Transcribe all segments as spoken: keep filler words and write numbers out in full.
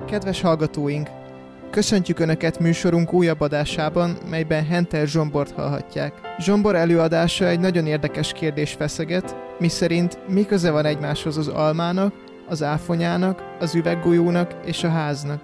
Kedves hallgatóink! Köszöntjük Önöket műsorunk újabb adásában, melyben Henter Zsombort hallhatják. Zsombor előadása egy nagyon érdekes kérdés feszeget, miszerint mi köze van egymáshoz az almának, az áfonyának, az üveggolyónak és a háznak.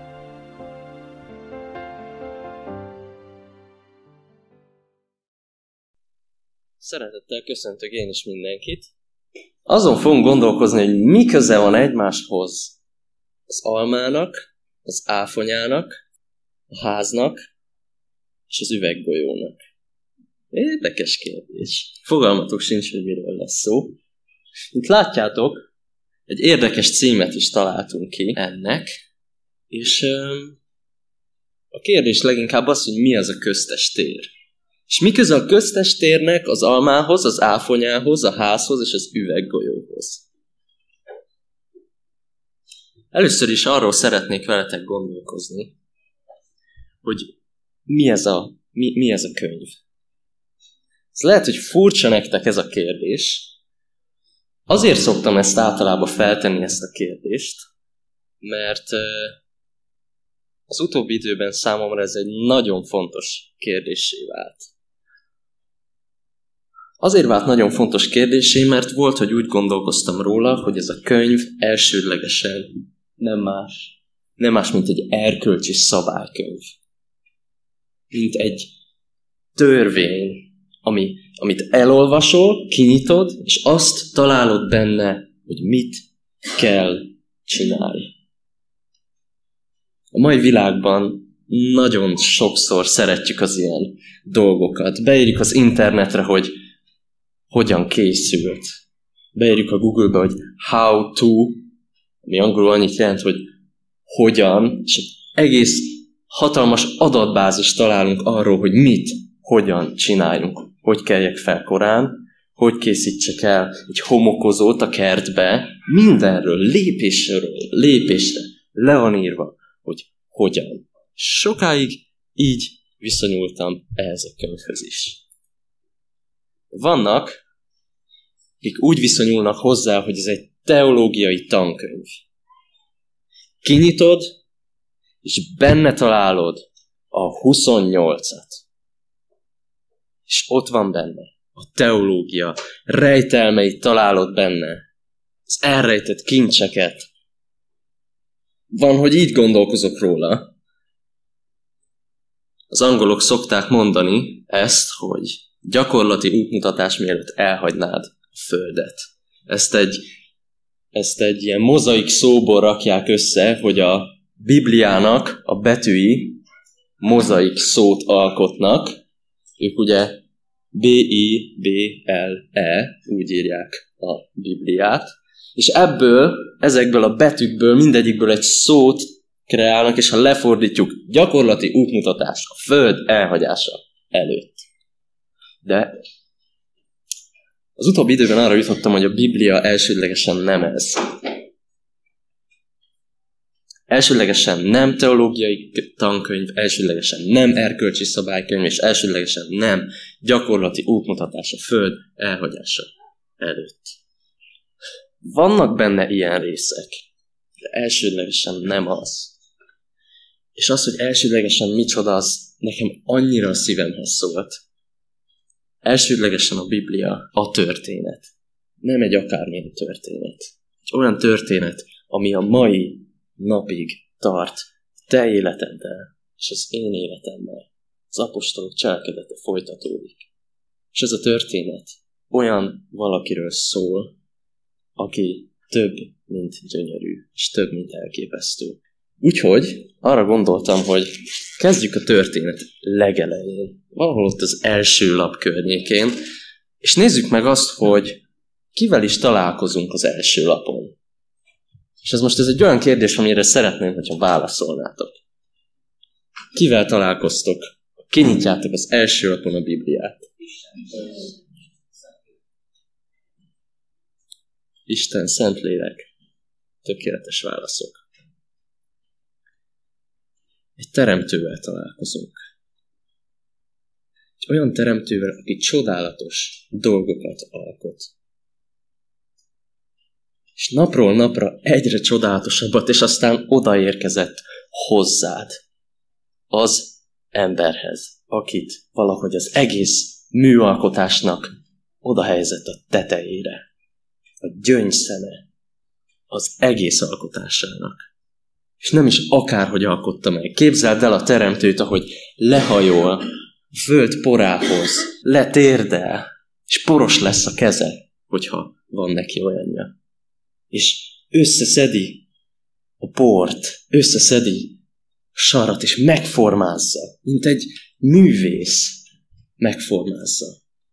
Szeretettel köszöntök én is mindenkit. Azon fogunk gondolkozni, hogy mi köze van egymáshoz az almának, az áfonyának, a háznak és az üveggolyónak. Érdekes kérdés. Fogalmatok sincs, hogy miről lesz szó. Itt látjátok, egy érdekes címet is találtunk ki ennek, és um, a kérdés leginkább az, hogy mi az a köztes tér. És mi köze a köztes térnek az almához, az áfonyához, a házhoz és az üveggolyóhoz? Először is arról szeretnék veletek gondolkozni, hogy mi ez a, mi, mi ez a könyv. Ez lehet, hogy furcsa nektek ez a kérdés. Azért szoktam ezt általában feltenni, ezt a kérdést, mert az utóbbi időben számomra ez egy nagyon fontos kérdéssé vált. Azért vált nagyon fontos kérdésé, mert volt, hogy úgy gondolkoztam róla, hogy ez a könyv elsődlegesen nem más, nem más, mint egy erkölcsi szabálykönyv. Mint egy törvény, ami, amit elolvasol, kinyitod, és azt találod benne, hogy mit kell csinálni. A mai világban nagyon sokszor szeretjük az ilyen dolgokat. Beírjuk az internetre, hogy hogyan készült. Beírjuk a Google-be, hogy how to, ami angolul annyit jelent, hogy hogyan, és egy egész hatalmas adatbázist találunk arról, hogy mit, hogyan csináljunk. Hogy keljek fel korán, hogy készítsek el egy homokozót a kertbe. Mindenről, lépésről, lépésre le van írva, hogy hogyan. Sokáig így viszonyultam ehhez a könyvhöz is. Vannak, akik úgy viszonyulnak hozzá, hogy ez egy teológiai tankönyv. Kinyitod, és benne találod a huszonnyolcat. És ott van benne a teológia rejtelmeit találod benne. Az elrejtett kincseket. Van, hogy így gondolkozok róla. Az angolok szokták mondani ezt, hogy gyakorlati útmutatás mielőtt elhagynád a földet. Ezt egy, ezt egy ilyen mozaik szóból rakják össze, hogy a Bibliának a betűi mozaik szót alkotnak. Ők ugye B I B L E, úgy írják a Bibliát. És ebből, ezekből a betűkből, mindegyikből egy szót kreálnak, és ha lefordítjuk, gyakorlati útmutatás a föld elhagyása előtt. De az utóbbi időben arra jutottam, hogy a Biblia elsődlegesen nem ez. Elsődlegesen nem teológiai tankönyv, elsődlegesen nem erkölcsi szabálykönyv, és elsődlegesen nem gyakorlati útmutatás a föld elhagyása előtt. Vannak benne ilyen részek, de elsődlegesen nem az. És az, hogy elsődlegesen micsoda, az nekem annyira a szívemhez szólt. Elsődlegesen a Biblia a történet. Nem egy akármilyen történet. Egy olyan történet, ami a mai napig tart te életeddel, és az én életemmel. Az apostolok cselekedete folytatódik. És ez a történet olyan valakiről szól, aki több, mint gyönyörű, és több, mint elképesztő. Úgyhogy arra gondoltam, hogy kezdjük a történet legelején, valahol ott az első lap környékén, és nézzük meg azt, hogy kivel is találkozunk az első lapon. És ez most ez egy olyan kérdés, amire szeretném, hogyha válaszolnátok. Kivel találkoztok? Kinyitjátok az első lapon a Bibliát. Isten, Szentlélek. Tökéletes válaszok. Egy teremtővel találkozunk. Egy olyan teremtővel, aki csodálatos dolgokat alkot. és napról napra egyre csodálatosabbat, és aztán odaérkezett hozzád, az emberhez, akit valahogy az egész műalkotásnak odahelyezett a tetejére, a gyöngyszeme az egész alkotásának. És nem is akárhogy alkotta meg. Képzeld el a teremtőt, ahogy lehajol a föld porához, letérdel, és poros lesz a keze, hogyha van neki olyanja. És összeszedi a port, összeszedi a sarat, és megformázza, mint egy művész megformázza.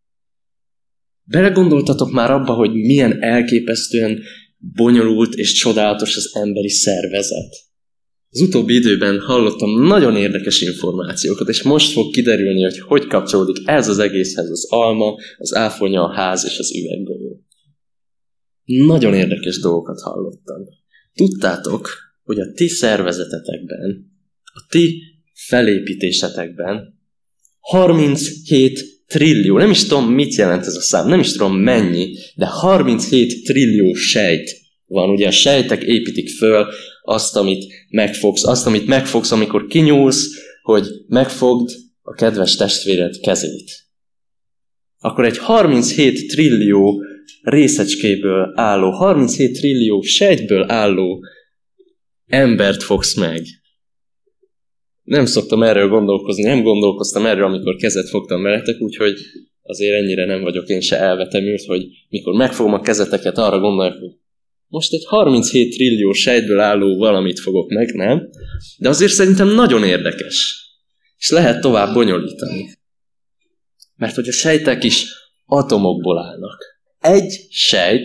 Belegondoltatok már abba, hogy milyen elképesztően bonyolult és csodálatos az emberi szervezet? Az utóbbi időben hallottam nagyon érdekes információkat, és most fog kiderülni, hogy hogy kapcsolódik ez az egészhez az alma, az áfonya, a ház és az üveggolyó. Nagyon érdekes dolgokat hallottam. Tudtátok, hogy a ti szervezetetekben, a ti felépítésetekben harminchét trillió, nem is tudom, mit jelent ez a szám, nem is tudom mennyi, de harminchét trillió sejt van. Ugye a sejtek építik föl azt, amit megfogsz, azt, amit megfogsz, amikor kinyúlsz, hogy megfogd a kedves testvéred kezét. Akkor egy harminchét trillió részecskéből álló, harminchét trillió sejtből álló embert fogsz meg. Nem szoktam erről gondolkozni, nem gondolkoztam erről, amikor kezet fogtam veletek, úgyhogy azért ennyire nem vagyok én se elvetemült, hogy mikor megfogom a kezeteket, arra gondolok, hogy most egy harminchét trillió sejtből álló valamit fogok meg, nem? De azért szerintem nagyon érdekes, és lehet tovább bonyolítani. Mert hogy a sejtek is atomokból állnak. Egy sejt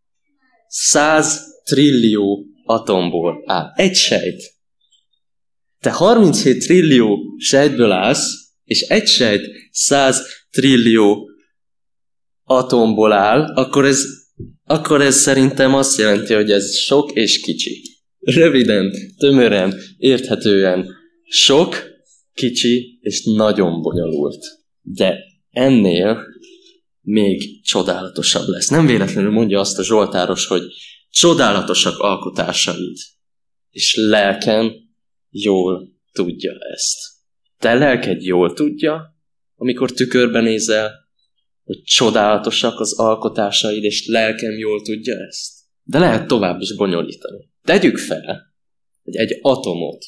száz trillió atomból áll. Egy sejt. Te harminchét trillió sejtből állsz, és egy sejt száz trillió atomból áll, akkor ez, akkor ez szerintem azt jelenti, hogy ez sok és kicsi. Röviden, tömören, érthetően sok, kicsi és nagyon bonyolult. De ennél még csodálatosabb lesz. Nem véletlenül mondja azt a zsoltáros, hogy csodálatosak alkotásaid, és lelkem jól tudja ezt. Te lelked jól tudja, amikor tükörben nézel, hogy csodálatosak az alkotásaid, és lelkem jól tudja ezt. De lehet tovább is bonyolítani. Tegyük fel, hogy egy atomot,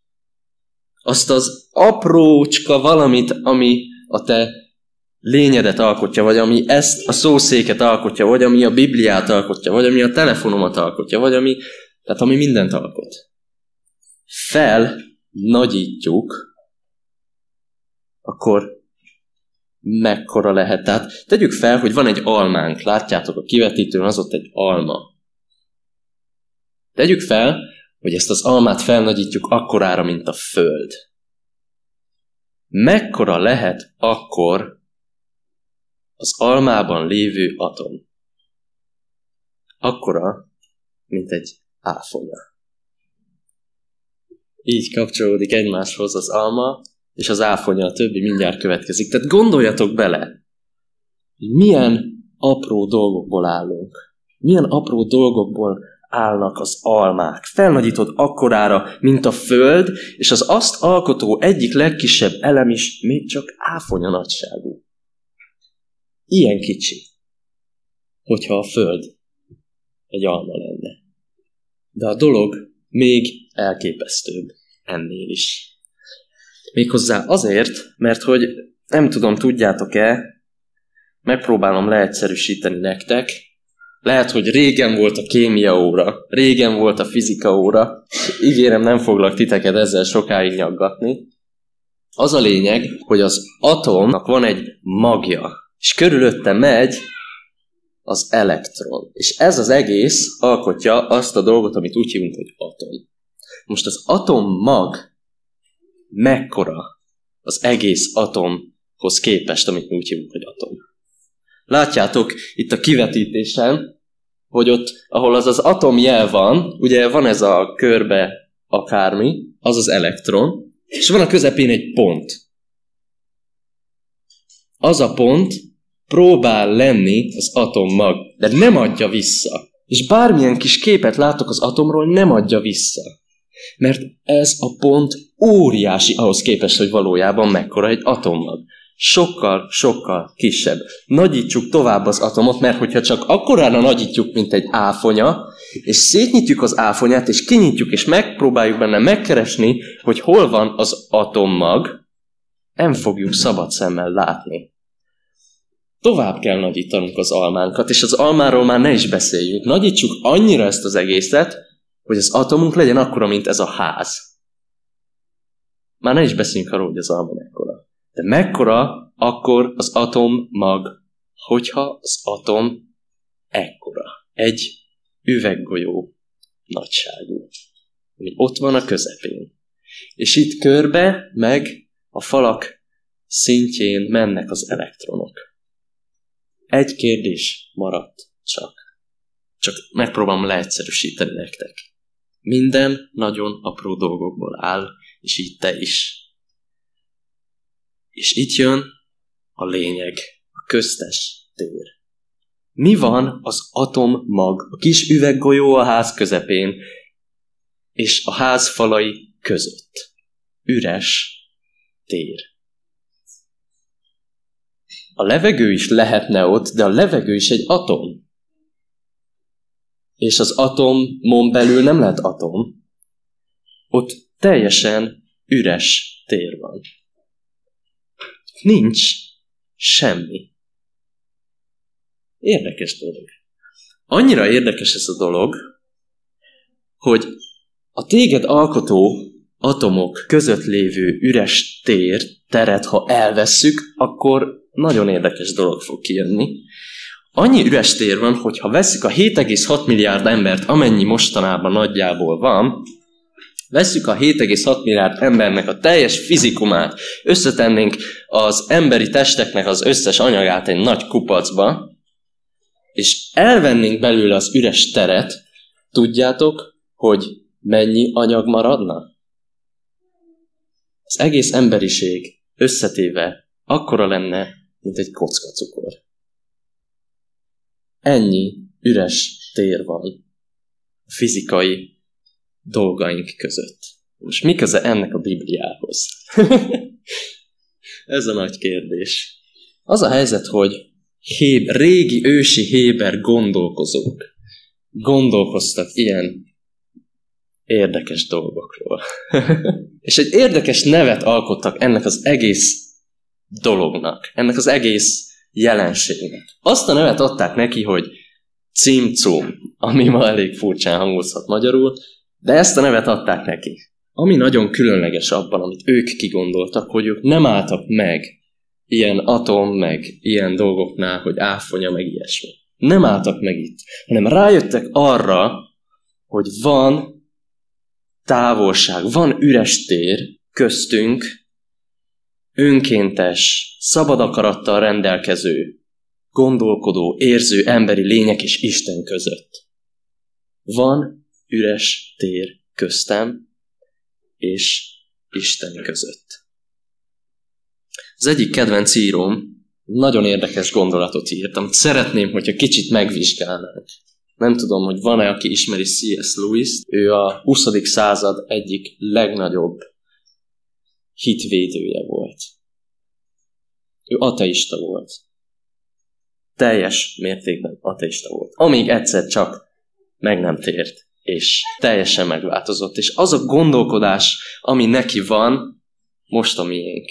azt az aprócska valamit, ami a te lényedet alkotja, vagy ami ezt a szószéket alkotja, vagy ami a Bibliát alkotja, vagy ami a telefonomat alkotja, vagy ami, tehát ami mindent alkot. Felnagyítjuk, akkor mekkora lehet. Tehát tegyük fel, hogy van egy almánk, látjátok a kivetítőn, az ott egy alma. Tegyük fel, hogy ezt az almát felnagyítjuk akkorára, mint a Föld. Mekkora lehet akkor az almában lévő atom? Akkora, mint egy áfonya. Így kapcsolódik egymáshoz az alma, és az áfonya, a többi mindjárt következik. Tehát gondoljatok bele, milyen apró dolgokból állunk. Milyen apró dolgokból állnak az almák. Felnagyítod akkorára, mint a Föld, és az azt alkotó egyik legkisebb elem is még csak áfonya nagyságú. Ilyen kicsi, hogyha a Föld egy alma lenne. De a dolog még elképesztőbb ennél is. Méghozzá azért, mert hogy nem tudom, tudjátok-e, megpróbálom leegyszerűsíteni nektek. Lehet, hogy régen volt a kémia óra, régen volt a fizika óra, ígérem, nem foglak titeket ezzel sokáig nyaggatni. Az a lényeg, hogy az atomnak van egy magja, és körülötte megy az elektron. És ez az egész alkotja azt a dolgot, amit úgy hívunk, hogy atom. Most az atommag mekkora az egész atomhoz képest, amit mi úgy hívunk, hogy atom. Látjátok itt a kivetítésen, hogy ott, ahol az az atomjel van, ugye van ez a körbe akármi, az az elektron, és van a közepén egy pont. Az a pont próbál lenni az atommag, de nem adja vissza. És bármilyen kis képet látok az atomról, nem adja vissza. Mert ez a pont óriási ahhoz képest, hogy valójában mekkora egy atommag. Sokkal, sokkal kisebb. Nagyítsuk tovább az atomot, mert hogyha csak akkorára nagyítjuk, mint egy áfonya, és szétnyitjuk az áfonyát, és kinyitjuk, és megpróbáljuk benne megkeresni, hogy hol van az atommag, nem fogjuk szabad szemmel látni. Tovább kell nagyítanunk az almánkat, és az almáról már ne is beszéljünk. Nagyítsuk annyira ezt az egészet, hogy az atomunk legyen akkora, mint ez a ház. Már ne is beszéljünk arról, hogy az alma mekkora. De mekkora akkor az atommag, hogyha az atom ekkora. Egy üveggolyó nagyságú, ami ott van a közepén. És itt körbe meg a falak szintjén mennek az elektronok. Egy kérdés maradt csak. Csak megpróbálom leegyszerűsíteni nektek. Minden nagyon apró dolgokból áll, és így te is. És itt jön a lényeg, a köztes tér. Mi van az atommag, a kis üveggolyó a ház közepén, és a ház falai között? Üres tér. A levegő is lehetne ott, de a levegő is egy atom. És az atomon belül nem lehet atom. Ott teljesen üres tér van. Nincs semmi. Érdekes dolog. Annyira érdekes ez a dolog, hogy a téged alkotó atomok között lévő üres tér, teret, ha elvesszük, akkor nagyon érdekes dolog fog kijönni. Annyi üres tér van, hogy ha vesszük a hét egész hat milliárd embert, amennyi mostanában nagyjából van, vesszük a hét egész hat milliárd embernek a teljes fizikumát, összetennénk az emberi testeknek az összes anyagát egy nagy kupacba, és elvennénk belőle az üres teret, tudjátok, hogy mennyi anyag maradna? Az egész emberiség összetéve akkora lenne, mint egy kocka cukor. Ennyi üres tér van a fizikai dolgaink között. Most mi köze ennek a Bibliához? Ez a nagy kérdés. Az a helyzet, hogy Héb, régi ősi héber gondolkozók gondolkoztak ilyen érdekes dolgokról. És egy érdekes nevet alkottak ennek az egész dolognak, ennek az egész jelenségnek. Azt a nevet adták neki, hogy cimcum, ami ma elég furcsán hangozhat magyarul, de ezt a nevet adták neki. Ami nagyon különleges abban, amit ők kigondoltak, hogy ők nem álltak meg ilyen atom, meg ilyen dolgoknál, hogy áfonya, meg ilyesmi. Nem álltak meg itt, hanem rájöttek arra, hogy van távolság, van üres tér köztünk, önkéntes, szabad akarattal rendelkező, gondolkodó, érző emberi lények és Isten között. Van üres tér köztem és Isten között. Az egyik kedvenc íróm nagyon érdekes gondolatot írt, amit szeretném, hogyha kicsit megvizsgálnánk. Nem tudom, hogy van-e, aki ismeri C S Lewis-t. Ő a huszadik század egyik legnagyobb hitvédője volt. Ő ateista volt. Teljes mértékben ateista volt. Amíg egyszer csak meg nem tért, és teljesen megváltozott. És az a gondolkodás, ami neki van, most a miénk.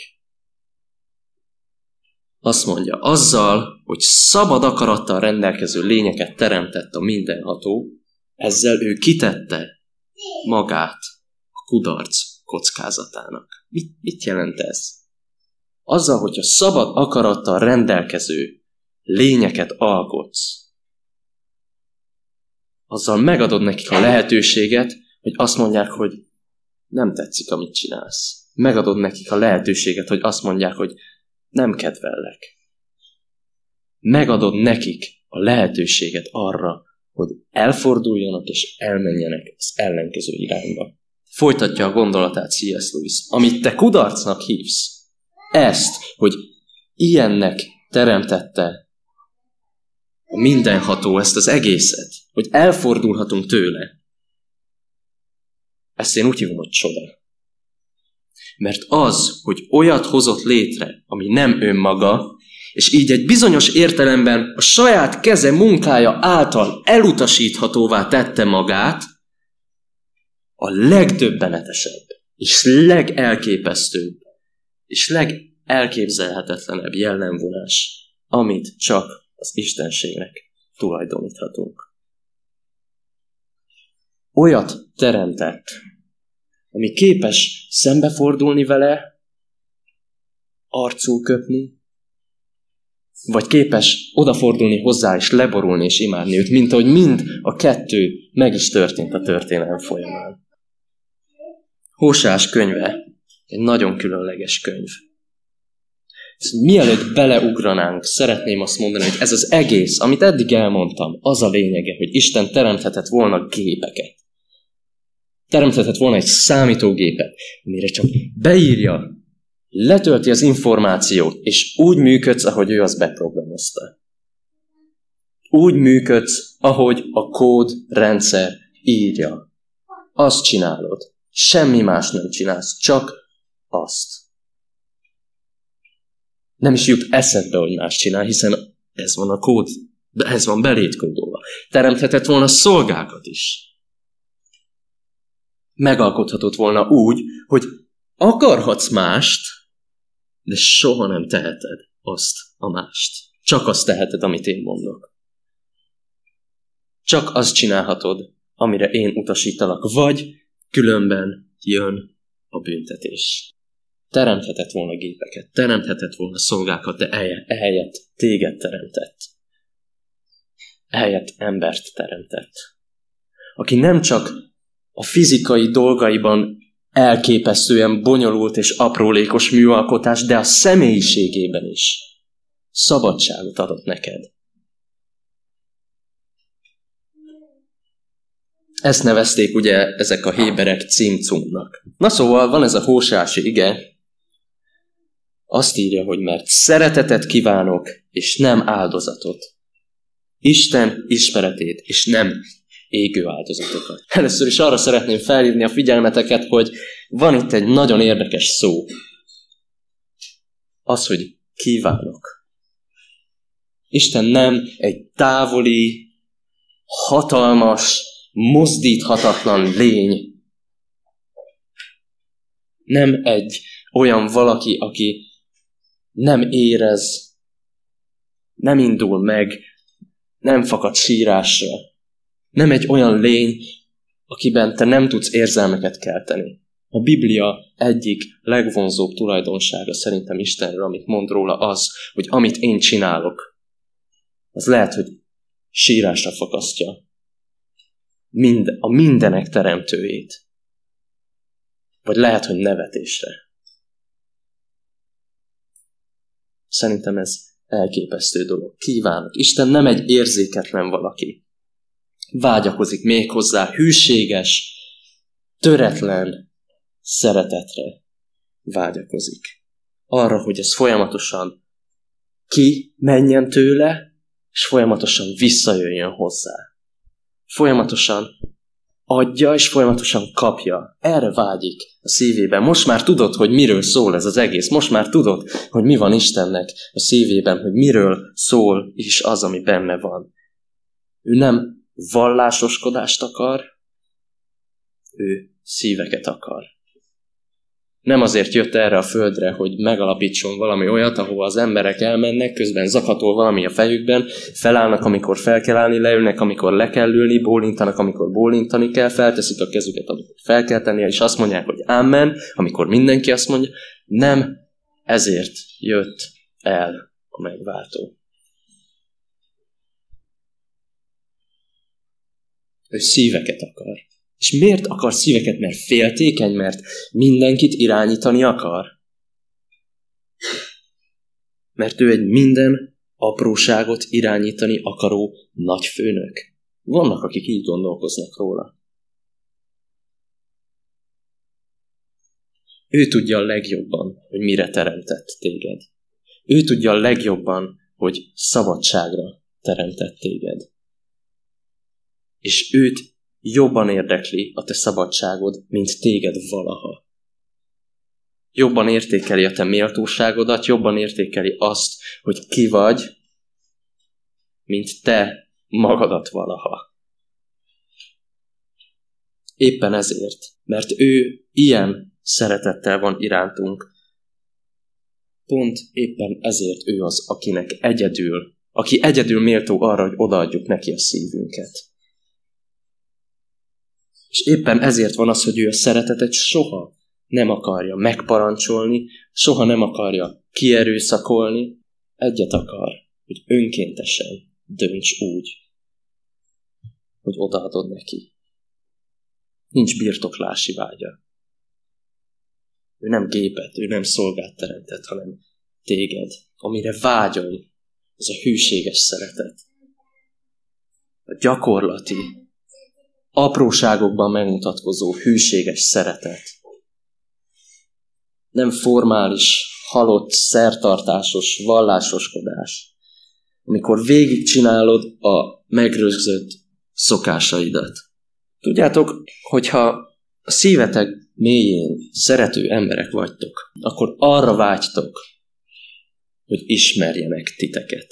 Azt mondja, azzal, hogy szabad akarattal rendelkező lényeket teremtett a mindenható, ezzel ő kitette magát a kudarc kockázatának. Mit, mit jelent ez? Azzal, hogyha szabad akarattal rendelkező lényeket alkotsz, azzal megadod nekik a lehetőséget, hogy azt mondják, hogy nem tetszik, amit csinálsz. Megadod nekik a lehetőséget, hogy azt mondják, hogy nem kedvellek. Megadod nekik a lehetőséget arra, hogy elforduljanak és elmenjenek az ellenkező irányba. Folytatja a gondolatát C S Lewis. Amit te kudarcnak hívsz, ezt, hogy ilyennek teremtette a mindenható ezt az egészet, hogy elfordulhatunk tőle. Ezt én úgy hívom, hogy csoda. Mert az, hogy olyat hozott létre, ami nem önmaga, és így egy bizonyos értelemben a saját keze munkája által elutasíthatóvá tette magát, a legdöbbenetesebb, és legelképesztőbb, és legelképzelhetetlenebb jellemvonás, amit csak az Istenségnek tulajdoníthatunk. Olyat teremtett, ami képes szembefordulni vele, arcul köpni, vagy képes odafordulni hozzá és leborulni és imádni őt, mint ahogy mind a kettő meg is történt a történelem folyamán. Hóseás könyve egy nagyon különleges könyv. Mielőtt beleugranánk, szeretném azt mondani, hogy ez az egész, amit eddig elmondtam, az a lényege, hogy Isten teremthetett volna gépeket. Teremthetett volna egy számítógépet, amire csak beírja, letölti az információt, és úgy működsz, ahogy ő azt beprogramozta. Úgy működsz, ahogy a kódrendszer írja. Azt csinálod. Semmi más nem csinálsz, csak azt. Nem is jut eszedbe, hogy más csinál, hiszen ez van a kód, ez van beléd kódolva. Teremthetett volna szolgákat is. Megalkothatott volna úgy, hogy akarhatsz mást, de soha nem teheted azt a mást. Csak azt teheted, amit én mondok. Csak azt csinálhatod, amire én utasítalak, vagy különben jön a büntetés. Teremthetett volna gépeket, teremthetett volna szolgákat, de ehelyett téged teremtett. Ehelyett embert teremtett. Aki nem csak a fizikai dolgaiban elképesztően bonyolult és aprólékos műalkotás, de a személyiségében is szabadságot adott neked. Ezt nevezték ugye ezek a héberek cimcumnak. Na szóval van ez a hóseási ige, azt írja, hogy mert szeretetet kívánok, és nem áldozatot. Isten ismeretét, és nem égő áldozatokat. Először is arra szeretném felhívni a figyelmeteket, hogy van itt egy nagyon érdekes szó. Az, hogy kívánok. Isten nem egy távoli, hatalmas, mozdíthatatlan lény. Nem egy olyan valaki, aki nem érez, nem indul meg, nem fakad sírásra. Nem egy olyan lény, akiben te nem tudsz érzelmeket kelteni. A Biblia egyik legvonzóbb tulajdonsága szerintem Istenről, amit mond róla az, hogy amit én csinálok, az lehet, hogy sírásra fakasztja mind, a mindenek teremtőjét. Vagy lehet, hogy nevetésre. Szerintem ez elképesztő dolog. Kívánok. Isten nem egy érzéketlen valaki. Vágyakozik méghozzá hűséges, töretlen szeretetre vágyakozik. Arra, hogy ez folyamatosan ki menjen tőle, és folyamatosan visszajöjjön hozzá. Folyamatosan adja, és folyamatosan kapja. Erre vágyik a szívében. Most már tudod, hogy miről szól ez az egész. Most már tudod, hogy mi van Istennek a szívében, hogy miről szól is az, ami benne van. Ő nem vallásoskodást akar, ő szíveket akar. Nem azért jött erre a földre, hogy megalapítson valami olyat, ahova az emberek elmennek, közben zakatol valami a fejükben, felállnak, amikor fel kell állni, leülnek, amikor le kell ülni, bólintanak, amikor bólintani kell, felteszik a kezüket, amikor fel kell tenni, és azt mondják, hogy ámen, amikor mindenki azt mondja, nem ezért jött el a megváltó. Ő szíveket akar. És miért akar szíveket? Mert féltékeny, mert mindenkit irányítani akar. Mert ő egy minden apróságot irányítani akaró nagyfőnök. Vannak, akik így gondolkoznak róla. Ő tudja a legjobban, hogy mire teremtett téged. Ő tudja a legjobban, hogy szabadságra teremtett téged. És őt jobban érdekli a te szabadságod, mint téged valaha. Jobban értékeli a te méltóságodat, jobban értékeli azt, hogy ki vagy, mint te magadat valaha. Éppen ezért, mert ő ilyen szeretettel van irántunk, pont éppen ezért ő az, akinek egyedül, aki egyedül méltó arra, hogy odaadjuk neki a szívünket. És éppen ezért van az, hogy ő a szeretetet soha nem akarja megparancsolni, soha nem akarja kierőszakolni, egyet akar, hogy önkéntesen dönts úgy, hogy odaadod neki. Nincs birtoklási vágya. Ő nem gépet, ő nem szolgát teremtett, hanem téged, amire vágyol, ez a hűséges szeretet. A gyakorlati, apróságokban megmutatkozó hűséges szeretet. Nem formális, halott, szertartásos, vallásoskodás, amikor végigcsinálod a megrögzött szokásaidat. Tudjátok, hogyha a szívetek mélyén szerető emberek vagytok, akkor arra vágytok, hogy ismerjenek titeket.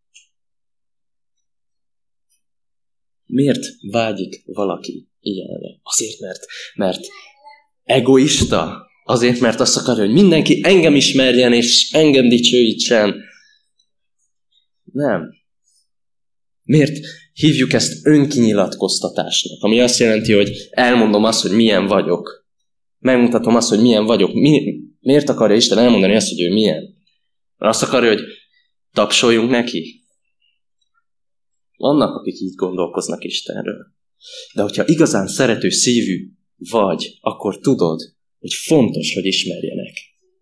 Miért vágyik valaki ilyenre? Azért, mert, mert egoista? Azért, mert azt akarja, hogy mindenki engem ismerjen, és engem dicsőítsen? Nem. Miért hívjuk ezt önkinyilatkoztatásnak? Ami azt jelenti, hogy elmondom azt, hogy milyen vagyok. Megmutatom azt, hogy milyen vagyok. Mi, miért akarja Isten elmondani azt, hogy ő milyen? Mert azt akarja, hogy tapsoljunk neki. Vannak, akik így gondolkoznak Istenről. De hogyha igazán szerető szívű vagy, akkor tudod, hogy fontos, hogy ismerjenek.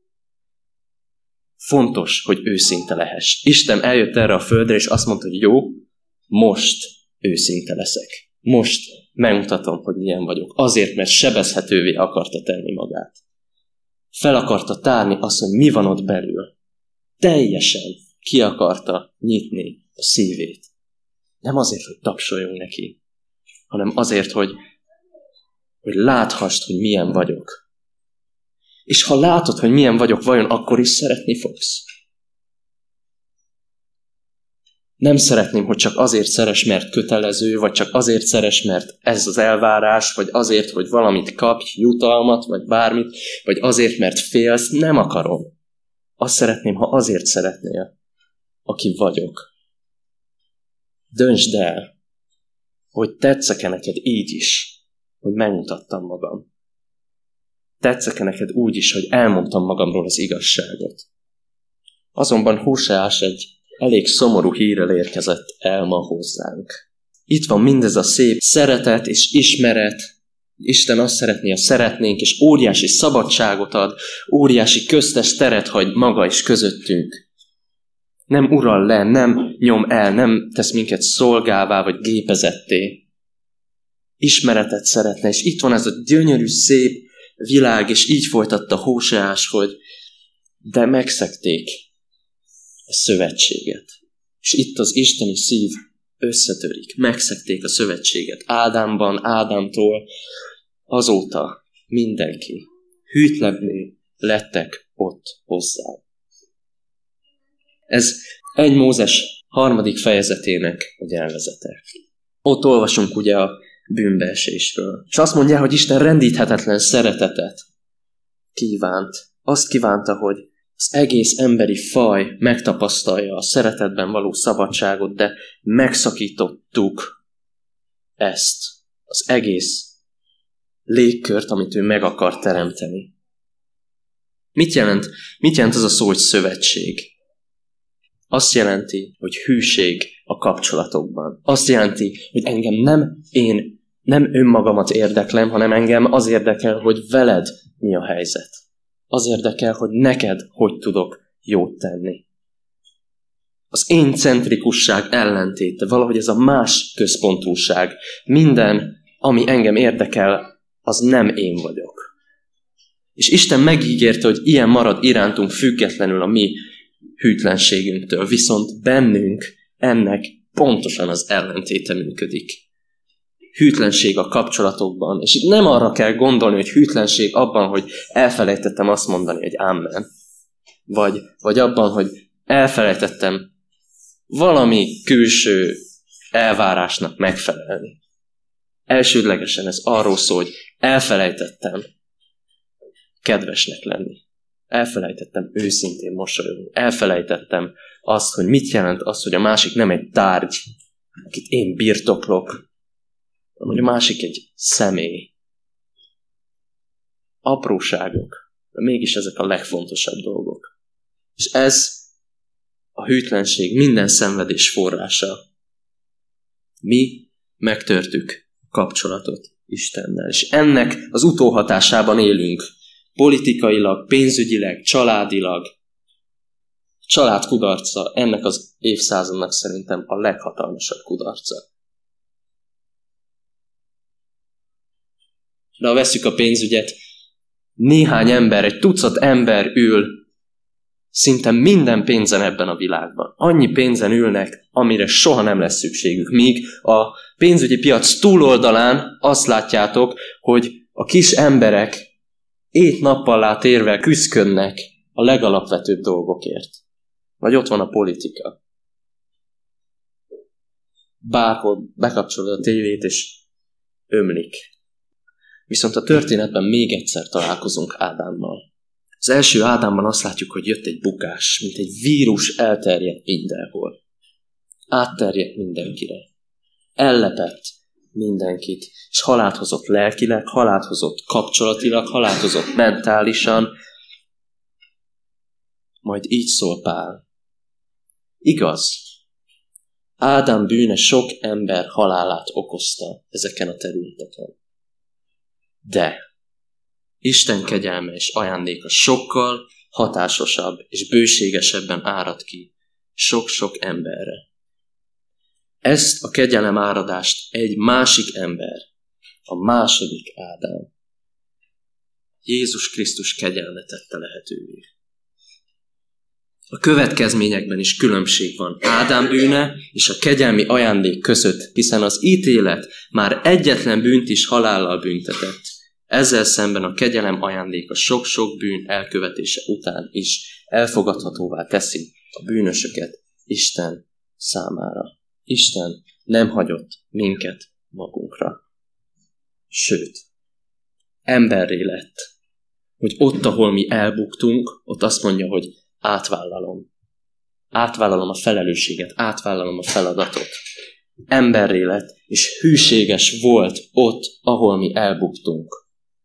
Fontos, hogy őszinte lehess. Isten eljött erre a földre, és azt mondta, hogy jó, most őszinte leszek. Most megmutatom, hogy milyen vagyok. Azért, mert sebezhetővé akarta tenni magát. Fel akarta tárni azt, hogy mi van ott belül. Teljesen ki akarta nyitni a szívét. Nem azért, hogy tapsoljunk neki, hanem azért, hogy, hogy láthast, hogy milyen vagyok. És ha látod, hogy milyen vagyok, vajon akkor is szeretni fogsz? Nem szeretném, hogy csak azért szeress, mert kötelező, vagy csak azért szeress, mert ez az elvárás, vagy azért, hogy valamit kapj, jutalmat, vagy bármit, vagy azért, mert félsz. Nem akarom. Azt szeretném, ha azért szeretnél, aki vagyok. Döntsd el, hogy tetszek-e neked így is, hogy megmutattam magam. Tetszek-e neked úgy is, hogy elmondtam magamról az igazságot. Azonban Hóseás egy elég szomorú hírrel érkezett el ma hozzánk. Itt van mindez a szép szeretet és ismeret. Isten azt szeretné, ha szeretnénk, és óriási szabadságot ad, óriási köztes teret hagy maga is közöttünk. Nem ural le, nem nyom el, nem tesz minket szolgává vagy gépezetté. Ismeretet szeretne, és itt van ez a gyönyörű, szép világ, és így folytatta Hóseás, hogy de megszegték a szövetséget. És itt az isteni szív összetörik. Megszegték a szövetséget. Ádámban, Ádámtól azóta mindenki hűtlebbé lettek ott hozzá. Ez egy Mózes harmadik fejezetének a nyelvezete. Ott olvasunk ugye a bűnbeesésről. És azt mondja, hogy Isten rendíthetetlen szeretetet kívánt. Azt kívánta, hogy az egész emberi faj megtapasztalja a szeretetben való szabadságot, de megszakítottuk ezt, az egész légkört, amit ő meg akar teremteni. Mit jelent, mit jelent az a szó, hogy szövetség? Azt jelenti, hogy hűség a kapcsolatokban. Azt jelenti, hogy engem nem én, nem önmagamat érdeklem, hanem engem az érdekel, hogy veled mi a helyzet. Az érdekel, hogy neked hogy tudok jót tenni. Az én centrikusság ellentéte, valahogy ez a más központúság. Minden, ami engem érdekel, az nem én vagyok. És Isten megígérte, hogy ilyen marad irántunk függetlenül a mi hűtlenségünktől. Viszont bennünk ennek pontosan az ellentéte működik. Hűtlenség a kapcsolatokban, és itt nem arra kell gondolni, hogy hűtlenség abban, hogy elfelejtettem azt mondani, hogy amen. Vagy, vagy abban, hogy elfelejtettem valami külső elvárásnak megfelelni. Elsődlegesen ez arról szól, hogy elfelejtettem kedvesnek lenni. Elfelejtettem őszintén mosolyogni. Elfelejtettem azt, hogy mit jelent az, hogy a másik nem egy tárgy, akit én birtoklok, hanem hogy a másik egy személy. Apróságok, de mégis ezek a legfontosabb dolgok. És ez a hűtlenség minden szenvedés forrása. Mi megtörtük a kapcsolatot Istennel, és ennek az utóhatásában élünk. Politikailag, pénzügyileg, családilag. A család kudarca ennek az évszázadnak szerintem a leghatalmasabb kudarca. De ha vesszük a pénzügyet, néhány ember, egy tucat ember ül szinte minden pénzen ebben a világban. Annyi pénzen ülnek, amire soha nem lesz szükségük. Míg a pénzügyi piac túloldalán azt látjátok, hogy a kis emberek ét-nappallá térve küszködnek a legalapvetőbb dolgokért. Vagy ott van a politika. Bárhol bekapcsolod a tévét, és ömlik. Viszont a történetben még egyszer találkozunk Ádámmal. Az első Ádámban azt látjuk, hogy jött egy bukás, mint egy vírus elterjedt mindenhol. Átterjedt mindenkire. Ellepett mindenkit, és halált hozott lelkileg, halált hozott kapcsolatilag, halált hozott mentálisan. Majd így szól Pál. Igaz, Ádám bűne sok ember halálát okozta ezeken a területeken. De Isten kegyelme és ajándéka sokkal hatásosabb és bőségesebben árad ki sok-sok emberre. Ezt a kegyelem áradást egy másik ember, a második Ádám, Jézus Krisztus kegyelme tette lehetővé. A következményekben is különbség van Ádám bűne és a kegyelmi ajándék között, hiszen az ítélet már egyetlen bűnt is halállal büntetett. Ezzel szemben a kegyelem ajándéka sok-sok bűn elkövetése után is elfogadhatóvá teszi a bűnösöket Isten számára. Isten nem hagyott minket magunkra. Sőt, emberré lett, hogy ott, ahol mi elbuktunk, ott azt mondja, hogy átvállalom. Átvállalom a felelősséget, átvállalom a feladatot. Emberré lett, és hűséges volt ott, ahol mi elbuktunk.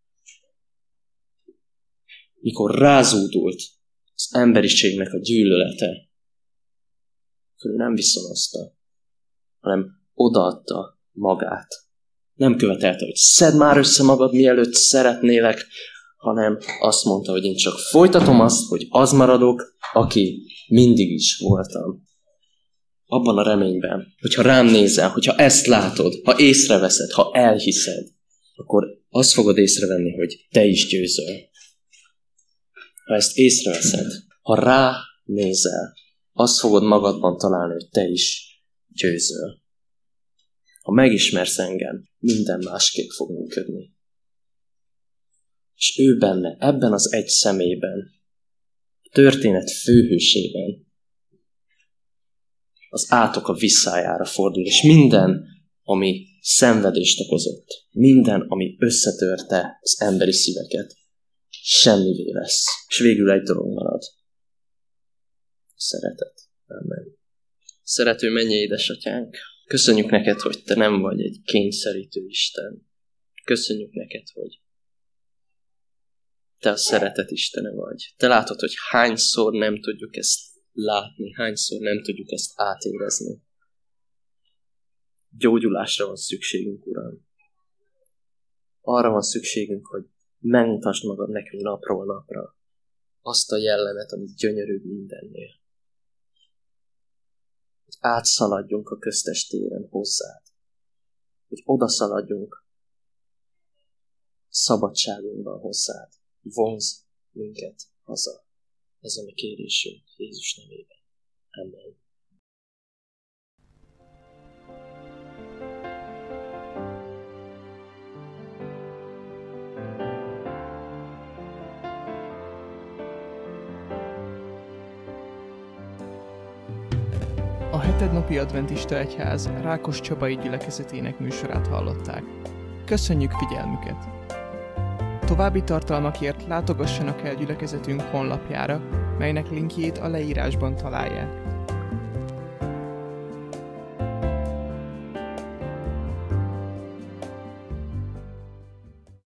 Mikor rázúdult az emberiségnek a gyűlölete, akkor ő nem viszonozta, hanem odaadta magát. Nem követelte, hogy szedd már össze magad, mielőtt szeretnélek, hanem azt mondta, hogy én csak folytatom azt, hogy az maradok, aki mindig is voltam. Abban a reményben, hogyha rám nézel, hogyha ezt látod, ha észreveszed, ha elhiszed, akkor azt fogod észrevenni, hogy te is győzöl. Ha ezt észreveszed, ha rá nézel, azt fogod magadban találni, hogy te is győzöl. Ha megismersz engem, minden másképp fog működni. És ő benne, ebben az egy személyben, a történet főhősében, az átok a visszájára fordul, és minden, ami szenvedést okozott, minden, ami összetörte az emberi szíveket, semmivé lesz. És végül egy dolog marad. Szeretet. Amen. Szerető mennyei édesatyánk, köszönjük neked, hogy te nem vagy egy kényszerítő Isten. Köszönjük neked, hogy te a szeretet Istene vagy. Te látod, hogy hányszor nem tudjuk ezt látni, hányszor nem tudjuk ezt átérezni. Gyógyulásra van szükségünk, Uram. Arra van szükségünk, hogy megmutasd magad nekünk napról napra azt a jellemet, ami gyönyörűbb mindennél. Hogy átszaladjunk a köztes téren hozzád. Hogy odaszaladjunk szabadságunkban hozzád. Vonz minket haza. Ez a mi kérésünk Jézus nevében. Amen. Hetednapi Adventista Egyház Rákoscsabai gyülekezetének műsorát hallották. Köszönjük figyelmüket! További tartalmakért látogassanak el gyülekezetünk honlapjára, melynek linkjét a leírásban találják.